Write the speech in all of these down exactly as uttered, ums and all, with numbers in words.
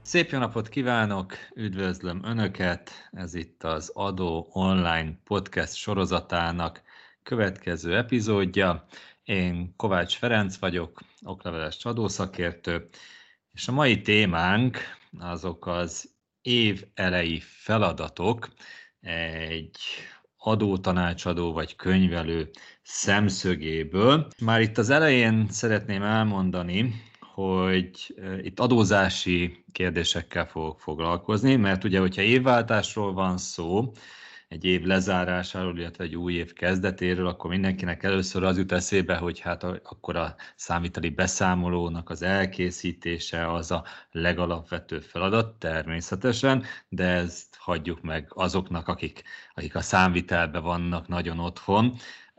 Szép jó napot kívánok, üdvözlöm Önöket, ez itt az Adó Online Podcast sorozatának következő epizódja. Én Kovács Ferenc vagyok, okleveles adószakértő, és a mai témánk azok az év elejé feladatok egy adótanácsadó vagy könyvelő szemszögéből. Már itt az elején szeretném elmondani, hogy itt adózási kérdésekkel fogok foglalkozni, mert ugye, hogyha évváltásról van szó, egy év lezárásáról, illetve egy új év kezdetéről, akkor mindenkinek először az jut eszébe, hogy hát akkor a számviteli beszámolónak az elkészítése az a legalapvetőbb feladat, természetesen, de ezt hagyjuk meg azoknak, akik, akik a számvitelben vannak nagyon otthon,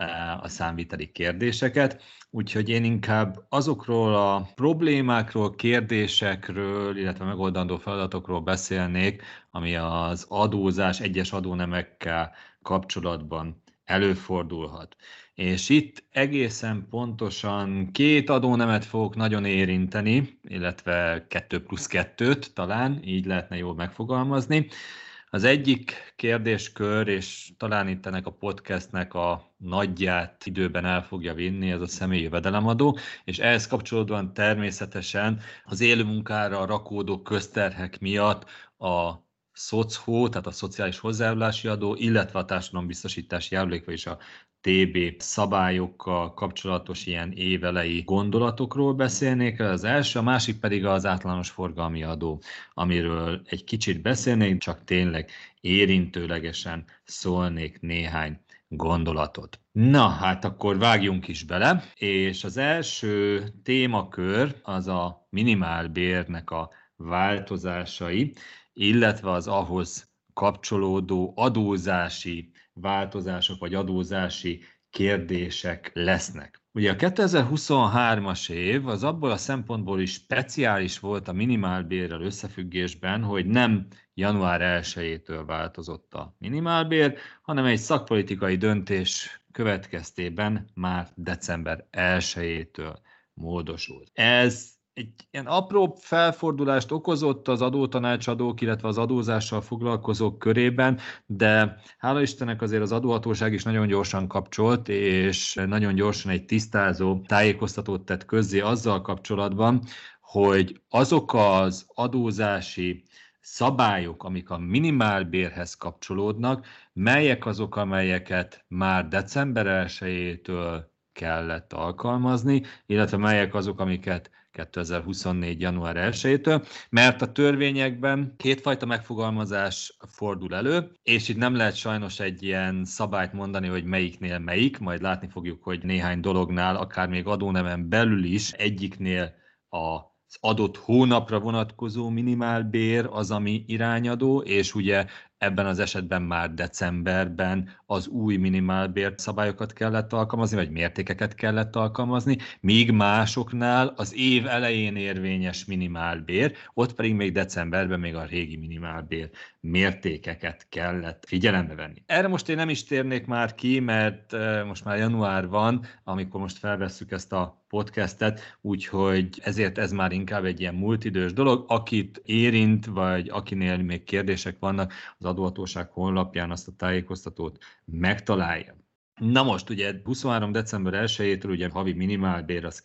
a számviteli kérdéseket. Úgyhogy én inkább azokról a problémákról, kérdésekről, illetve megoldandó feladatokról beszélnék, ami az adózás egyes adónemekkel kapcsolatban előfordulhat. És itt egészen pontosan két adónemet fogok nagyon érinteni, illetve kettő plusz kettőt talán, így lehetne jól megfogalmazni. Az egyik kérdéskör, és talán itt ennek a podcastnek a nagyját időben el fogja vinni, ez a személyi jövedelemadó, és ehhez kapcsolódóan természetesen az élő munkára rakódó közterhek miatt a szocó, tehát a szociális hozzájárulási adó, illetve a társadalombiztosítási járulék, vagyis a té bé szabályokkal kapcsolatos ilyen évelei gondolatokról beszélnék. Az első, a másik pedig az általános forgalmi adó, amiről egy kicsit beszélnék, csak tényleg érintőlegesen szólnék néhány gondolatot. Na, hát akkor vágjunk is bele, és az első témakör az a minimálbérnek a változásai, illetve az ahhoz kapcsolódó adózási változások vagy adózási kérdések lesznek. Ugye a kétezer-huszonhármas év az abból a szempontból is speciális volt a minimálbérrel összefüggésben, hogy nem január elsejétől változott a minimálbér, hanem egy szakpolitikai döntés következtében már december elsejétől módosult. Ez egy ilyen apró felfordulást okozott az adótanácsadók, illetve az adózással foglalkozók körében, de hála Istennek azért az adóhatóság is nagyon gyorsan kapcsolt, és nagyon gyorsan egy tisztázó tájékoztatót tett közzé azzal kapcsolatban, hogy azok az adózási szabályok, amik a minimálbérhez kapcsolódnak, melyek azok, amelyeket már december elsejétől kellett alkalmazni, illetve melyek azok, amiket kétezer-huszonnégy. január elsejétől, mert a törvényekben kétfajta megfogalmazás fordul elő, és itt nem lehet sajnos egy ilyen szabályt mondani, hogy melyiknél melyik, majd látni fogjuk, hogy néhány dolognál, akár még adónemen belül is egyiknél a az adott hónapra vonatkozó minimálbér az, ami irányadó, és ugye ebben az esetben már decemberben az új minimálbér szabályokat kellett alkalmazni, vagy mértékeket kellett alkalmazni, míg másoknál az év elején érvényes minimálbér, ott pedig még decemberben még a régi minimálbér mértékeket kellett figyelembe venni. Erre most én nem is térnék már ki, mert most már január van, amikor most felvesszük ezt a podcastet, úgyhogy ezért ez már inkább egy ilyen múltidős dolog. Akit érint, vagy akinél még kérdések vannak, az adóhatóság honlapján azt a tájékoztatót megtalálja. Na most ugye huszonhárom. december elsejétől ugye havi minimálbér az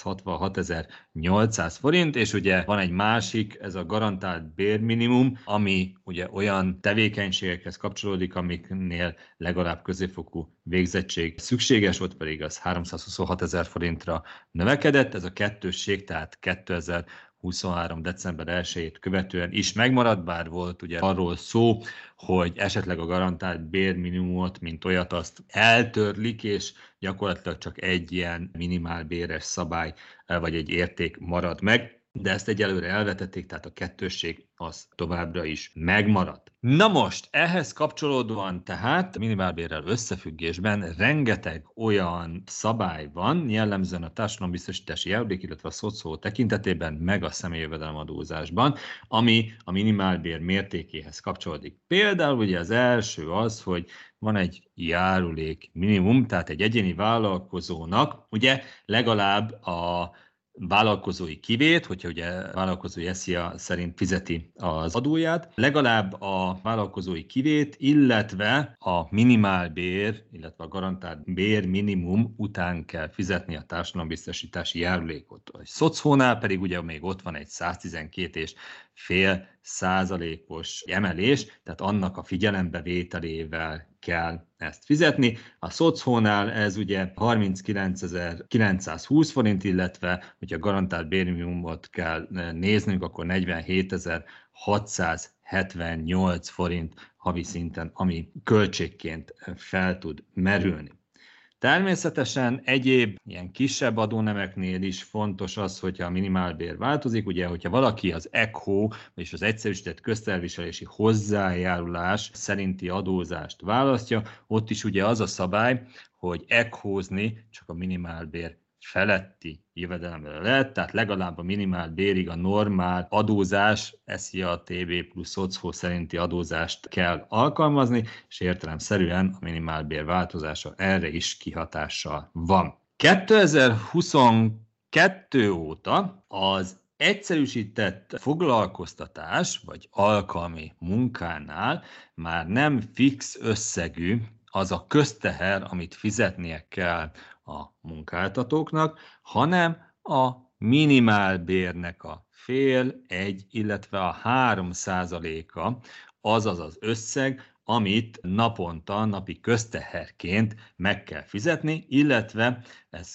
kétszázhatvanhatezer-nyolcszáz forint, és ugye van egy másik, ez a garantált bérminimum, ami ugye olyan tevékenységekhez kapcsolódik, amiknél legalább középfokú végzettség szükséges, ott pedig az háromszázhuszonhatezer forintra növekedett, ez a kettősség, tehát kétezer-huszonhárom. december elsejét követően is megmaradt, bár volt ugye arról szó, hogy esetleg a garantált bérminimumot, mint olyat, azt eltörlik, és gyakorlatilag csak egy ilyen minimálbéres szabály, vagy egy érték marad meg, de ezt egyelőre elvetették, tehát a kettősség az továbbra is megmaradt. Na most, ehhez kapcsolódóan tehát minimálbérrel összefüggésben rengeteg olyan szabály van, jellemzően a társadalombiztosítási járulék, illetve a szocó tekintetében, meg a személyi jövedelemadózásban, ami a minimálbér mértékéhez kapcsolódik. Például ugye az első az, hogy van egy járulék minimum, tehát egy egyéni vállalkozónak ugye legalább a vállalkozói kivét, hogyha ugye vállalkozói SZIA szerint fizeti az adóját, legalább a vállalkozói kivét, illetve a minimálbér, illetve a garantált bér minimum után kell fizetni a társadalombiztosítási járulékot. A szocónál pedig ugye még ott van egy száztizenkét egész öt százalékos emelés, tehát annak a figyelembevételével kell ezt fizetni. A szocónál ez ugye harminckilencezer-kilencszázhúsz forint, illetve hogyha garantált bérminimumot kell néznünk, akkor negyvenhétezer-hatszázhetvennyolc forint havi szinten, ami költségként fel tud merülni. Természetesen egyéb ilyen kisebb adónemeknél is fontos az, hogyha a minimálbér változik, ugye, hogyha valaki az E C H O, vagyis az egyszerűsített közterviselési hozzájárulás szerinti adózást választja, ott is ugye az a szabály, hogy E C H O-zni csak a minimálbér feletti jövedelemre lehet, tehát legalább a minimál bérig a normál adózás, SZIA, té bé plusz szocó szerinti adózást kell alkalmazni, és értelemszerűen a minimálbér változása erre is kihatással van. kétezer-huszonkettő óta az egyszerűsített foglalkoztatás vagy alkalmi munkánál már nem fix összegű az a közteher, amit fizetnie kell a munkáltatóknak, hanem a minimálbérnek a fél, egy, illetve a három százaléka azaz az összeg, amit naponta, napi közteherként meg kell fizetni, illetve ez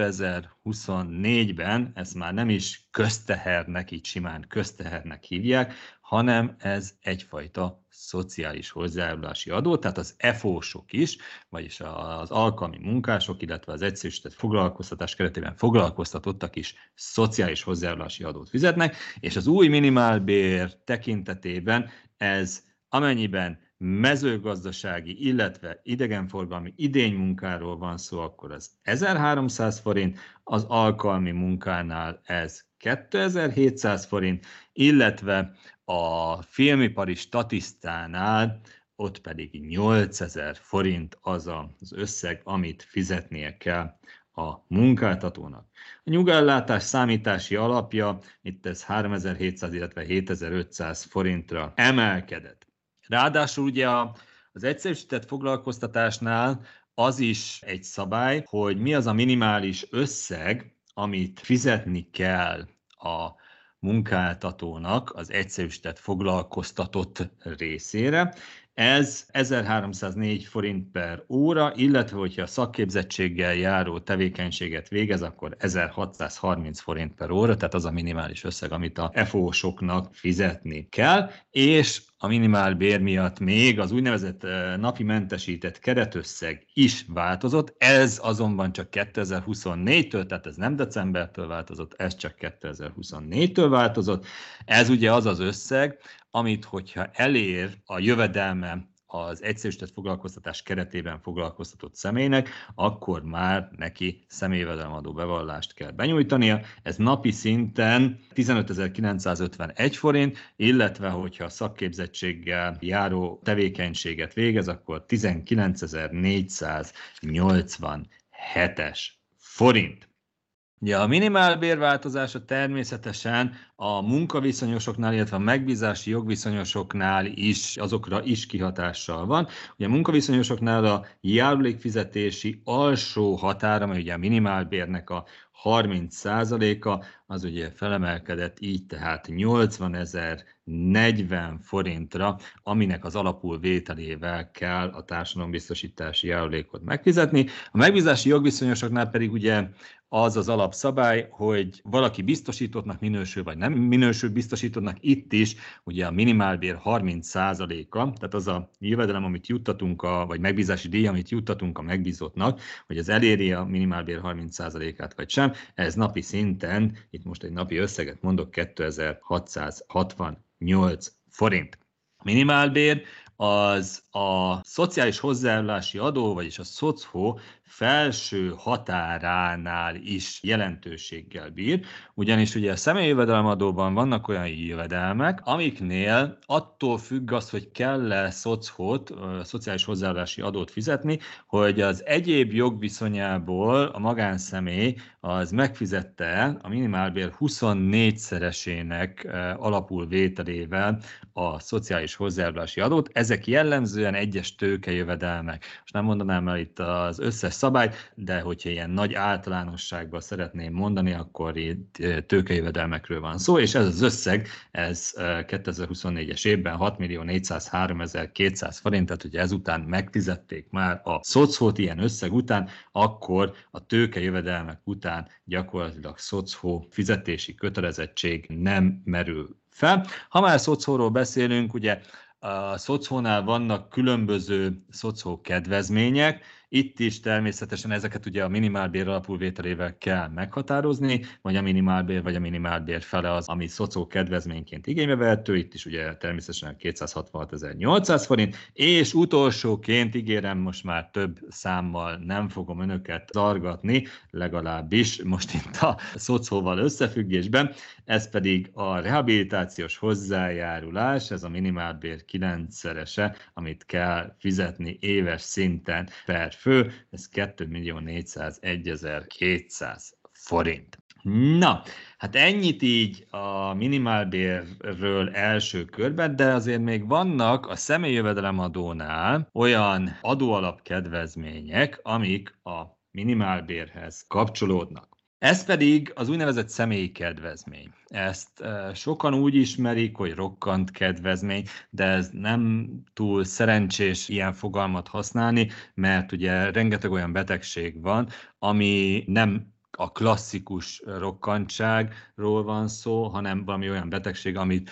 kétezer-huszonnégyben, ezt már nem is köztehernek, így simán köztehernek hívják, hanem ez egyfajta szociális hozzájárulási adó, tehát az e f ó-sok is, vagyis az alkalmi munkások, illetve az egyszerűsített foglalkoztatás keretében foglalkoztatottak is szociális hozzájárulási adót fizetnek, és az új minimálbér tekintetében ez amennyiben mezőgazdasági, illetve idegenforgalmi idénymunkáról van szó, akkor az ezerháromszáz forint, az alkalmi munkánál ez kétezer-hétszáz forint, illetve a filmipari statisztánál ott pedig nyolcezer forint az az összeg, amit fizetnie kell a munkáltatónak. A nyugellátás számítási alapja, itt ez háromezer-hétszáz, illetve hétezer-ötszáz forintra emelkedett. Ráadásul ugye az egyszerűsített foglalkoztatásnál az is egy szabály, hogy mi az a minimális összeg, amit fizetni kell a munkáltatónak az egyszerűsített foglalkoztatott részére. Ez ezerháromszáznégy forint per óra, illetve hogyha szakképzettséggel járó tevékenységet végez, akkor ezerhatszázharminc forint per óra, tehát az a minimális összeg, amit a e f ó-soknak fizetni kell, és a minimálbér miatt még az úgynevezett napi mentesített keretösszeg is változott, ez azonban csak kétezer-huszonnégytől, tehát ez nem decembertől változott, ez csak kétezer-huszonnégytől változott. Ez ugye az az összeg, amit hogyha elér a jövedelme az egyszerűsített foglalkoztatás keretében foglalkoztatott személynek, akkor már neki személyjövedelemadó bevallást kell benyújtania. Ez napi szinten tizenötezer-kilencszázötvenegy forint, illetve hogyha szakképzettséggel járó tevékenységet végez, akkor tizenkilencezer-négyszáznyolcvanhetes forint. Ja, a minimálbér változása természetesen a munkaviszonyosoknál, illetve a megbízási jogviszonyosoknál is, azokra is kihatással van. Ugye a munkaviszonyosoknál a járulékfizetési alsó határa, ami ugye a minimálbérnek a harminc százaléka, az ugye felemelkedett így tehát nyolcvanezer-negyven forintra, aminek az alapul vételével kell a társadalombiztosítási járulékot megfizetni. A megbízási jogviszonyosoknál pedig ugye az az alapszabály, hogy valaki biztosítottnak minősül, vagy nem minősül biztosítottnak, itt is ugye a minimálbér harminc százaléka, tehát az a jövedelem, amit juttatunk, a, vagy megbízási díj, amit juttatunk a megbízottnak, hogy az eléri a minimálbér harminc százalékát vagy sem, ez napi szinten, itt most egy napi összeget mondok, kétezer-hatszázhatvannyolc forint. A minimálbér az a szociális hozzájárulási adó, vagyis a szocó felső határánál is jelentőséggel bír, ugyanis ugye a személyi jövedelemadóban vannak olyan jövedelmek, amiknél attól függ az, hogy kell-e szocót, szociális hozzájárulási adót fizetni, hogy az egyéb jogviszonyából a magánszemély az megfizette a minimálbér huszonnégyszeresének alapul vételével a szociális hozzájárulási adót. Ezek jellemzően egyes tőkejövedelmek. Most nem mondanám el itt az összes szabályt, de hogyha ilyen nagy általánosságban szeretném mondani, akkor itt tőkejövedelmekről van szó, és ez az összeg, ez kétezer-huszonnégyes évben hat millió négyszázháromezer-kétszáz forint, tehát hogyha ezután megfizették már a szocót ilyen összeg után, akkor a tőkejövedelmek után gyakorlatilag szocó fizetési kötelezettség nem merül fel. Ha már szocóról beszélünk, ugye a szocónál vannak különböző szocó kedvezmények, itt is természetesen ezeket ugye a minimálbér alapulvételével kell meghatározni, vagy a minimálbér, vagy a minimálbér fele az, ami szocó kedvezményként igénybe vehető, itt is ugye természetesen kétszázhatvanhatezer-nyolcszáz forint, és utolsóként ígérem, most már több számmal nem fogom önöket zargatni, legalábbis most itt a szocóval összefüggésben, ez pedig a rehabilitációs hozzájárulás, ez a minimálbér kilencszerese, amit kell fizetni éves szinten per fő, ez két millió négyszázegyezer-kétszáz forint. Na, hát ennyit így a minimálbérről első körben, de azért még vannak a személyi jövedelemadónál olyan adóalapkedvezmények, amik a minimálbérhez kapcsolódnak. Ez pedig az úgynevezett személyi kedvezmény. Ezt e, sokan úgy ismerik, hogy rokkant kedvezmény, de ez nem túl szerencsés ilyen fogalmat használni, mert ugye rengeteg olyan betegség van, ami nem a klasszikus rokkantságról van szó, hanem valami olyan betegség, amit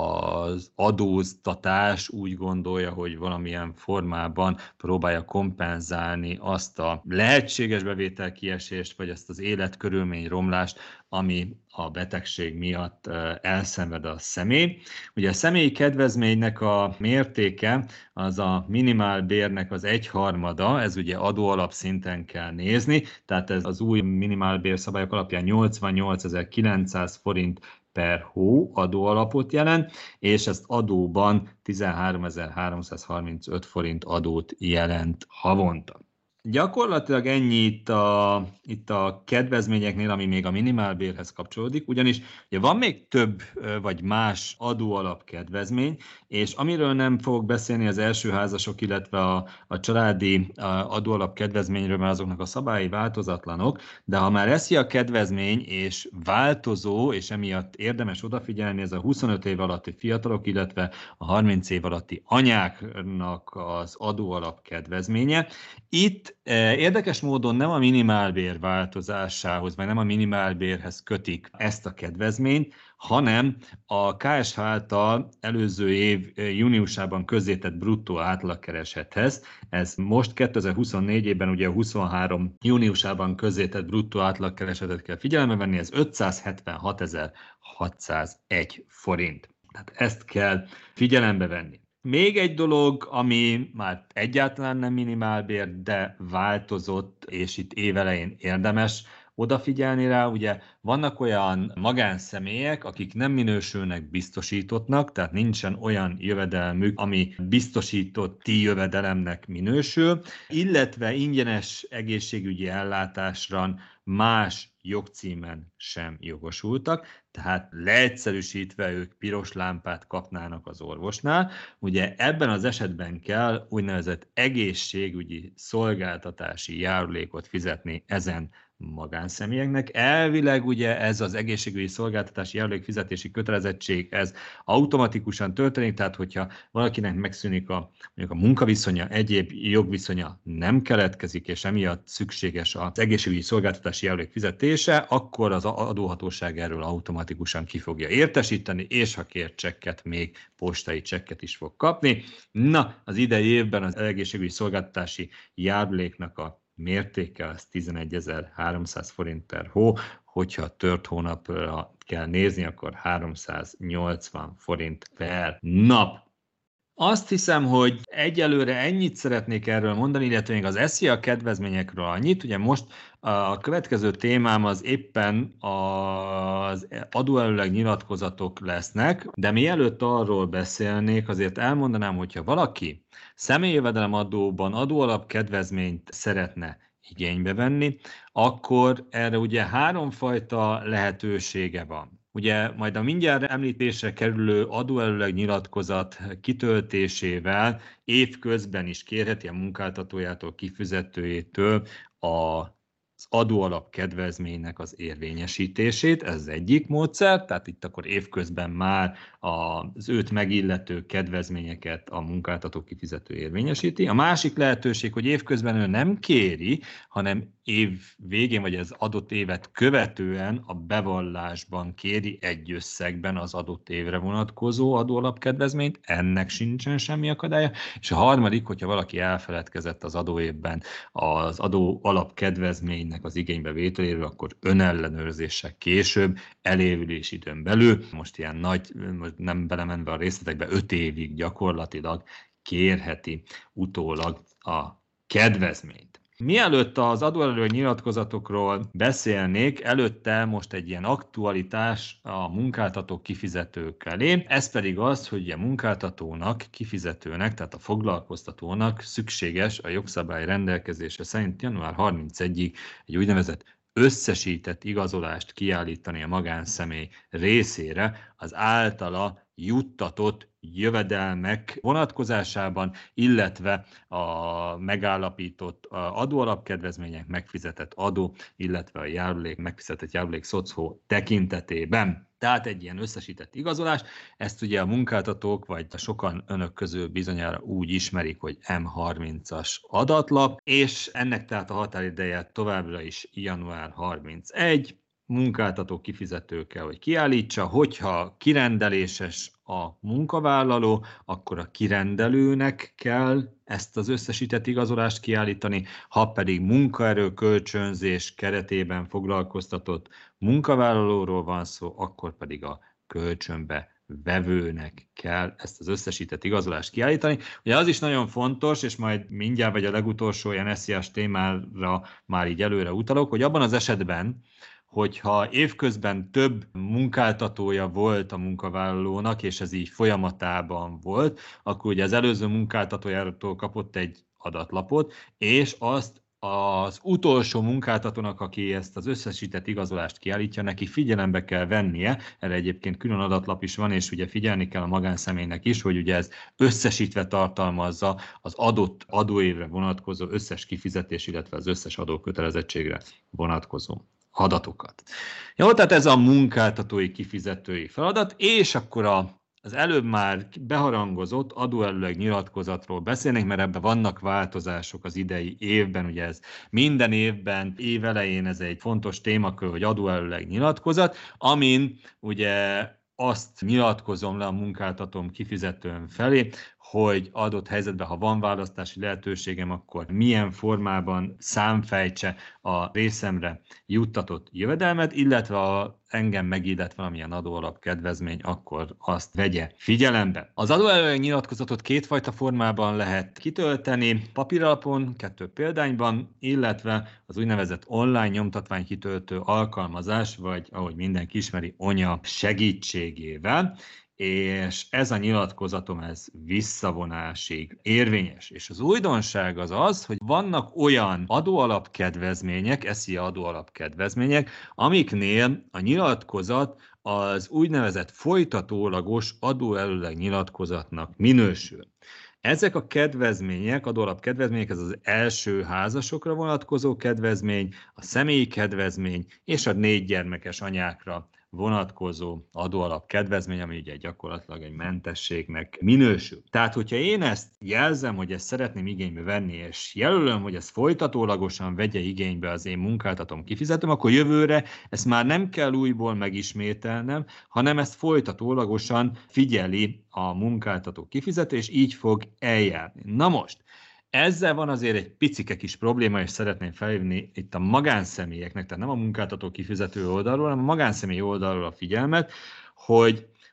az adóztatás úgy gondolja, hogy valamilyen formában próbálja kompenzálni azt a lehetséges bevételkiesést, vagy azt az életkörülmény romlást, ami a betegség miatt elszenved a személy. Ugye a személyi kedvezménynek a mértéke az a minimálbérnek az egyharmada, ez ugye adóalap szinten kell nézni, tehát ez az új minimálbér szabályok alapján nyolcvannyolcezer-kilencszáz forint per hó adóalapot jelent, és ezt adóban tizenháromezer-háromszázharmincöt forint adót jelent havonta. Gyakorlatilag ennyi itt a, itt a kedvezményeknél, ami még a minimálbérhez kapcsolódik, ugyanis ugye van még több vagy más adóalap kedvezmény, és amiről nem fogok beszélni az elsőházasok, illetve a, a családi adóalap kedvezményről, mert azoknak a szabályi változatlanok, de ha már eszi a kedvezmény és változó, és emiatt érdemes odafigyelni, ez a huszonöt év alatti fiatalok, illetve a harminc év alatti anyáknak az adóalap kedvezménye. Itt érdekes módon nem a minimálbér változásához, vagy nem a minimálbérhez kötik ezt a kedvezményt, hanem a ká es há által előző év júniusában közzétett bruttó átlagkeresethez. Ez most kétezer-huszonnégy évben ugye huszonhárom júniusában közzétett bruttó átlagkeresetet kell figyelembe venni, ez ötszázhetvenhatezer-hatszázegy forint. Tehát ezt kell figyelembe venni. Még egy dolog, ami már egyáltalán nem minimálbér, de változott, és itt évelején érdemes odafigyelni rá, ugye vannak olyan magánszemélyek, akik nem minősülnek biztosítottnak, tehát nincsen olyan jövedelmük, ami biztosítotti jövedelemnek minősül, illetve ingyenes egészségügyi ellátásra más jogcímen sem jogosultak, tehát leegyszerűsítve ők piros lámpát kapnának az orvosnál. Ugye ebben az esetben kell úgynevezett egészségügyi szolgáltatási járulékot fizetni ezen magánszemélyeknek. Elvileg ugye ez az egészségügyi szolgáltatási járulék fizetési kötelezettség, ez automatikusan történik, tehát hogyha valakinek megszűnik a, mondjuk a munkaviszonya, egyéb jogviszonya nem keletkezik, és emiatt szükséges az egészségügyi szolgáltatási járulék fizetése, akkor az adóhatóság erről automatikusan ki fogja értesíteni, és ha kér csekket, még postai csekket is fog kapni. Na, az idei évben az egészségügyi szolgáltatási járuléknak a mértéke az tizenegyezer-háromszáz forint per hó, hogyha tört hónapra kell nézni, akkor háromszáznyolcvan forint per nap. Azt hiszem, hogy egyelőre ennyit szeretnék erről mondani, illetve még az es zé i á kedvezményekről annyit. Ugye most a következő témám az éppen az adóelőleg nyilatkozatok lesznek, de mielőtt arról beszélnék, azért elmondanám, hogyha valaki személyi jövedelemadóban adóalap kedvezményt szeretne igénybe venni, akkor erre ugye háromfajta lehetősége van. Ugye majd a mindjárt említésre kerülő adóelőleg nyilatkozat kitöltésével évközben is kérheti a munkáltatójától, kifizetőjétől a az adóalap kedvezménynek az érvényesítését, ez az egyik módszer, tehát itt akkor évközben már az őt megillető kedvezményeket a munkáltató kifizető érvényesíti. A másik lehetőség, hogy évközben ő nem kéri, hanem év végén, vagy az adott évet követően a bevallásban kéri egy összegben az adott évre vonatkozó adóalapkedvezményt, ennek sincsen semmi akadálya. És a harmadik, hogyha valaki elfeledkezett az adóévben az adóalapkedvezménynek az igénybevételéről, akkor önellenőrzéssel később, elévülési időn belül, most ilyen nagy, most nem belemenve a részletekbe, öt évig gyakorlatilag kérheti utólag a kedvezményt. Mielőtt az adóelőleg nyilatkozatokról beszélnék, előtte most egy ilyen aktualitás a munkáltatók kifizetők elé, ez pedig az, hogy a munkáltatónak, kifizetőnek, tehát a foglalkoztatónak szükséges a jogszabály rendelkezése szerint január harmincegyedikéig egy úgynevezett összesített igazolást kiállítani a magánszemély részére az általa juttatott jövedelmek vonatkozásában, illetve a megállapított adóalapkedvezmények, megfizetett adó, illetve a járulék, megfizetett járulék szocó tekintetében. Tehát egy ilyen összesített igazolás, ezt ugye a munkáltatók, vagy sokan önök közül bizonyára úgy ismerik, hogy em harmincas adatlap, és ennek tehát a határideje továbbra is január harmincegy, munkáltató kifizető kell, hogy kiállítsa, hogyha kirendeléses a munkavállaló, akkor a kirendelőnek kell ezt az összesített igazolást kiállítani, ha pedig munkaerő kölcsönzés keretében foglalkoztatott munkavállalóról van szó, akkor pedig a kölcsönbe vevőnek kell ezt az összesített igazolást kiállítani. Ugye az is nagyon fontos, és majd mindjárt vagy a legutolsó ilyen es zé i á-s témára már így előre utalok, hogy abban az esetben, hogyha évközben több munkáltatója volt a munkavállalónak, és ez így folyamatában volt, akkor ugye az előző munkáltatójától kapott egy adatlapot, és azt az utolsó munkáltatónak, aki ezt az összesített igazolást kiállítja, neki figyelembe kell vennie, erre egyébként külön adatlap is van, és ugye figyelni kell a magánszemélynek is, hogy ugye ez összesítve tartalmazza az adott adóévre vonatkozó összes kifizetés, illetve az összes adókötelezettségre vonatkozó adatokat. Jó, tehát ez a munkáltatói kifizetői feladat, és akkor a, az előbb már beharangozott adóelőleg nyilatkozatról beszélnék, mert ebben vannak változások az idei évben, ugye ez minden évben, évelején ez egy fontos témakör, hogy adóelőleg nyilatkozat, amin ugye azt nyilatkozom le a munkáltatóm kifizetőm felé, hogy adott helyzetben, ha van választási lehetőségem, akkor milyen formában számfejtse a részemre juttatott jövedelmet, illetve a engem megillet valamilyen adóalap kedvezmény, akkor azt vegye figyelembe. Az adóelőleg nyilatkozatot kétfajta formában lehet kitölteni, papíralapon, kettő példányban, illetve az úgynevezett online nyomtatvány kitöltő alkalmazás, vagy ahogy mindenki ismeri, onya segítségével, és ez a nyilatkozatom ez visszavonásig érvényes. És az újdonság az az, hogy vannak olyan adóalapkedvezmények, es zé i á adóalapkedvezmények, amiknél a nyilatkozat az úgynevezett folytatólagos adóelőleg nyilatkozatnak minősül. Ezek a kedvezmények, adóalapkedvezmények, ez az első házasokra vonatkozó kedvezmény, a személyi kedvezmény és a négy gyermekes anyákra vonatkozó adóalap kedvezmény, ami ugye gyakorlatilag egy mentességnek minősül. Tehát, hogyha én ezt jelzem, hogy ezt szeretném igénybe venni, és jelölöm, hogy ezt folytatólagosan vegye igénybe az én munkáltatom, kifizetem, akkor jövőre ezt már nem kell újból megismételnem, hanem ezt folytatólagosan figyeli a munkáltató kifizető, és így fog eljárni. Na most, ezzel van azért egy picike kis probléma, és szeretném felhívni itt a magánszemélyeknek, tehát nem a munkáltató kifizető oldalról, hanem a magánszemély oldalról a figyelmet, hogy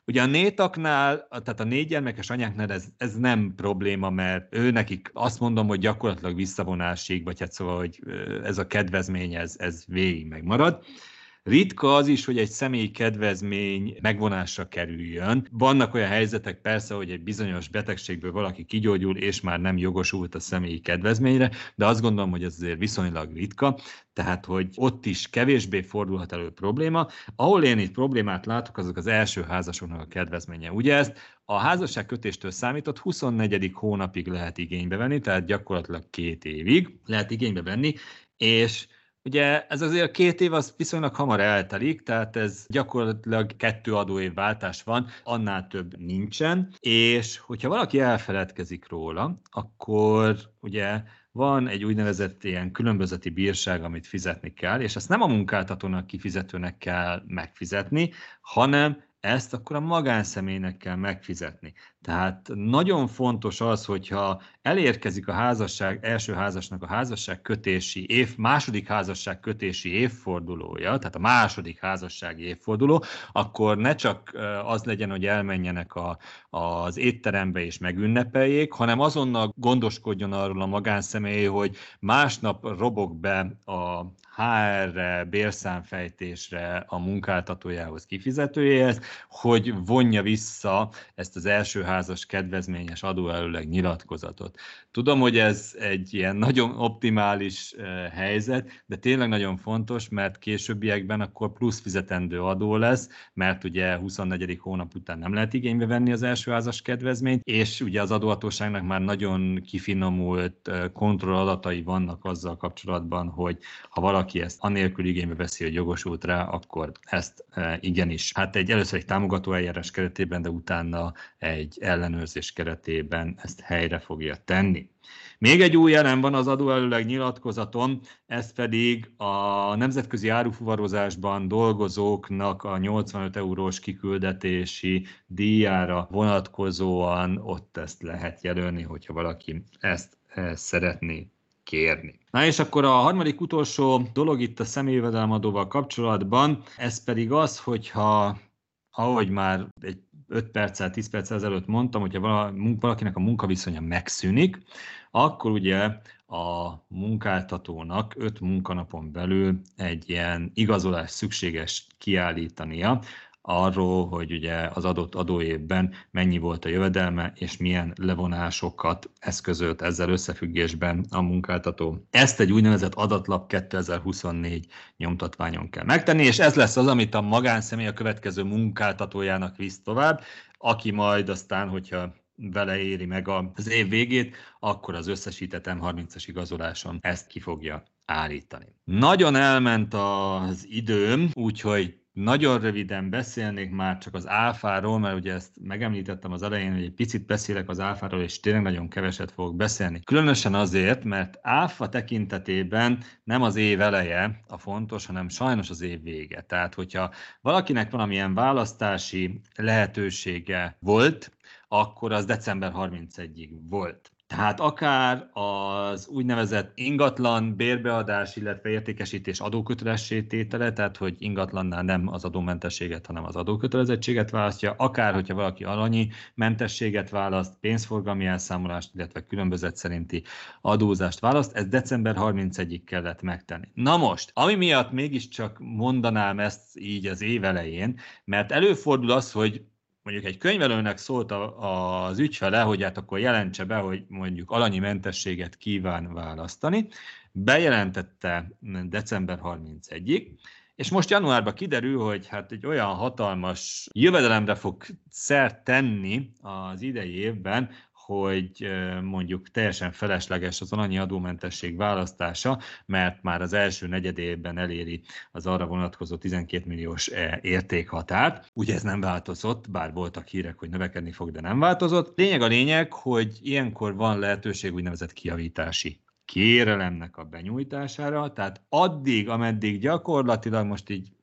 Ugye a nétaknál, tehát a négy gyermekes anyáknál ez, ez nem probléma, mert ő nekik azt mondom, hogy gyakorlatilag visszavonásig, vagy hát szóval, hogy ez a kedvezmény, ez, ez végig megmarad. Ritka az is, hogy egy személyi kedvezmény megvonásra kerüljön. Vannak olyan helyzetek persze, hogy egy bizonyos betegségből valaki kigyógyul, és már nem jogosult a személyi kedvezményre, de azt gondolom, hogy ez azért viszonylag ritka, tehát hogy ott is kevésbé fordulhat elő probléma. Ahol én itt problémát látok, azok az első házasoknak a kedvezménye. Ugye ezt a házasságkötéstől számított huszonnegyedik hónapig lehet igénybe venni, tehát gyakorlatilag két évig lehet igénybe venni, és ugye ez azért két év az viszonylag hamar eltelik, tehát ez gyakorlatilag kettő adóévváltás van, annál több nincsen, és hogyha valaki elfeledkezik róla, akkor ugye van egy úgynevezett ilyen különbözeti bírság, amit fizetni kell, és ezt nem a munkáltatónak, kifizetőnek kell megfizetni, hanem ezt akkor a magánszemélynek kell megfizetni. Tehát nagyon fontos az, hogyha elérkezik a házasság, első házasnak a házasság kötési év, második házasság kötési évfordulója, tehát a második házassági évforduló, akkor ne csak az legyen, hogy elmenjenek a, az étterembe és megünnepeljék, hanem azonnal gondoskodjon arról a magánszemély, hogy másnap robog be a há erre, bérszámfejtésre a munkáltatójához, kifizetőjéhez, hogy vonja vissza ezt az első házas kedvezményes adóelőleg nyilatkozatot. Tudom, hogy ez egy ilyen nagyon optimális helyzet, de tényleg nagyon fontos, mert későbbiekben akkor plusz fizetendő adó lesz, mert ugye huszonnegyedik hónap után nem lehet igénybe venni az első házas kedvezményt, és ugye az adóhatóságnak már nagyon kifinomult kontrolladatai vannak azzal kapcsolatban, hogy ha valaki ezt anélkül igénybe veszi, hogy jogosult rá, akkor ezt igenis. Hát egy először egy támogató eljárás keretében, de utána egy ellenőrzés keretében ezt helyre fogja tenni. Még egy új elem van az adóelőleg nyilatkozaton, ez pedig a nemzetközi árufuvarozásban dolgozóknak a nyolcvanöt eurós kiküldetési díjára vonatkozóan ott ezt lehet jelölni, hogyha valaki ezt szeretné kérni. Na és akkor a harmadik utolsó dolog itt a személyjövedelemadóval kapcsolatban, ez pedig az, hogyha ahogy már egy öt perccel, tíz perccel ezelőtt mondtam, hogyha valakinek a munkaviszonya megszűnik, akkor ugye a munkáltatónak öt munkanapon belül egy ilyen igazolás szükséges kiállítania arról, hogy ugye az adott adóévben mennyi volt a jövedelme, és milyen levonásokat eszközölt ezzel összefüggésben a munkáltató. Ezt egy úgynevezett adatlap kétezer-huszonnégy nyomtatványon kell megtenni, és ez lesz az, amit a magánszemély a következő munkáltatójának visz tovább, aki majd aztán, hogyha vele éri meg az év végét, akkor az összesített em harmincas igazoláson ezt ki fogja állítani. Nagyon elment az időm, úgyhogy nagyon röviden beszélnék már csak az áfáról, mert ugye ezt megemlítettem az elején, hogy egy picit beszélek az áfáról, és tényleg nagyon keveset fogok beszélni. Különösen azért, mert áfa tekintetében nem az év eleje a fontos, hanem sajnos az év vége. Tehát, hogyha valakinek valamilyen választási lehetősége volt, akkor az december harmincegyedikéig volt. Tehát akár az úgynevezett ingatlan bérbeadás, illetve értékesítés adókötelessé tétele, tehát hogy ingatlannál nem az adómentességet, hanem az adókötelezettséget választja, akár hogyha valaki alanyi mentességet választ, pénzforgalmi elszámolást, illetve különbözet szerinti adózást választ, ezt december harmincegyedikéig kellett megtenni. Na most, ami miatt mégiscsak mondanám ezt így az év elején, mert előfordul az, hogy mondjuk egy könyvelőnek szólt az ügyfele, hogy hát akkor jelentse be, hogy mondjuk alanyi mentességet kíván választani. Bejelentette december harmincegyedikéig, és most januárban kiderül, hogy hát egy olyan hatalmas jövedelemre fog szert tenni az idei évben, hogy mondjuk teljesen felesleges az alanyi adómentesség választása, mert már az első negyedévben eléri az arra vonatkozó tizenkét milliós értékhatárt. Ugye ez nem változott, bár voltak hírek, hogy növekedni fog, de nem változott. Lényeg a lényeg, hogy ilyenkor van lehetőség úgynevezett kijavítási kérelemnek a benyújtására, tehát addig, ameddig gyakorlatilag most így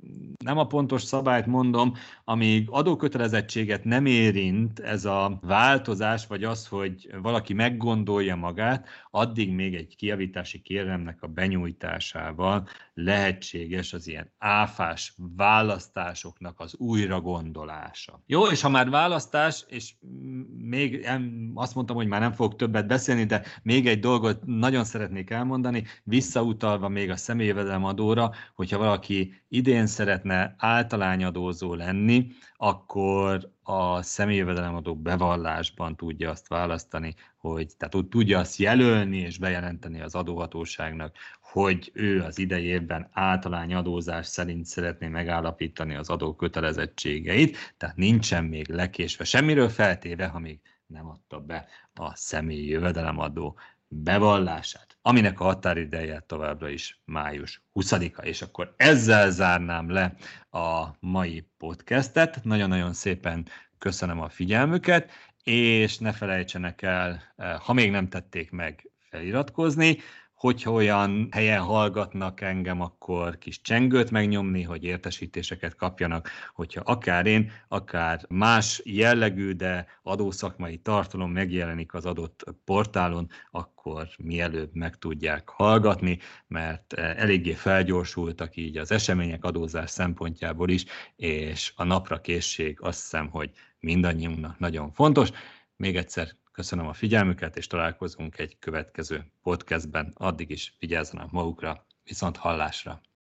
nem a pontos szabályt mondom, amíg adókötelezettséget nem érint ez a változás, vagy az, hogy valaki meggondolja magát, addig még egy kijavítási kérelmnek a benyújtásával lehetséges az ilyen áfás választásoknak az újragondolása. Jó, és ha már választás, és még azt mondtam, hogy már nem fogok többet beszélni, de még egy dolgot nagyon szeretnék elmondani, visszautalva még a személyi jövedelemadóra, hogyha valaki idén szeretne általányadózó lenni, akkor a személyi jövedelemadó bevallásban tudja azt választani, hogy tehát tudja azt jelölni és bejelenteni az adóhatóságnak, hogy ő az idei évben általányadózás szerint szeretné megállapítani az adó kötelezettségeit, tehát nincsen még lekésve semmiről, feltéve, ha még nem adta be a személyi jövedelemadó bevallását, aminek a határideje továbbra is május huszadika, és akkor ezzel zárnám le a mai podcastet. Nagyon-nagyon szépen köszönöm a figyelmüket, és ne felejtsenek el, ha még nem tették meg, feliratkozni, hogyha olyan helyen hallgatnak engem, akkor kis csengőt megnyomni, hogy értesítéseket kapjanak, hogyha akár én, akár más jellegű, de adószakmai tartalom megjelenik az adott portálon, akkor mielőbb meg tudják hallgatni, mert eléggé felgyorsultak így az események adózás szempontjából is, és a naprakészség azt hiszem, hogy mindannyiunknak nagyon fontos. Még egyszer köszönöm a figyelmüket, és találkozunk egy következő podcastben. Addig is vigyázzanak magukra, viszont hallásra!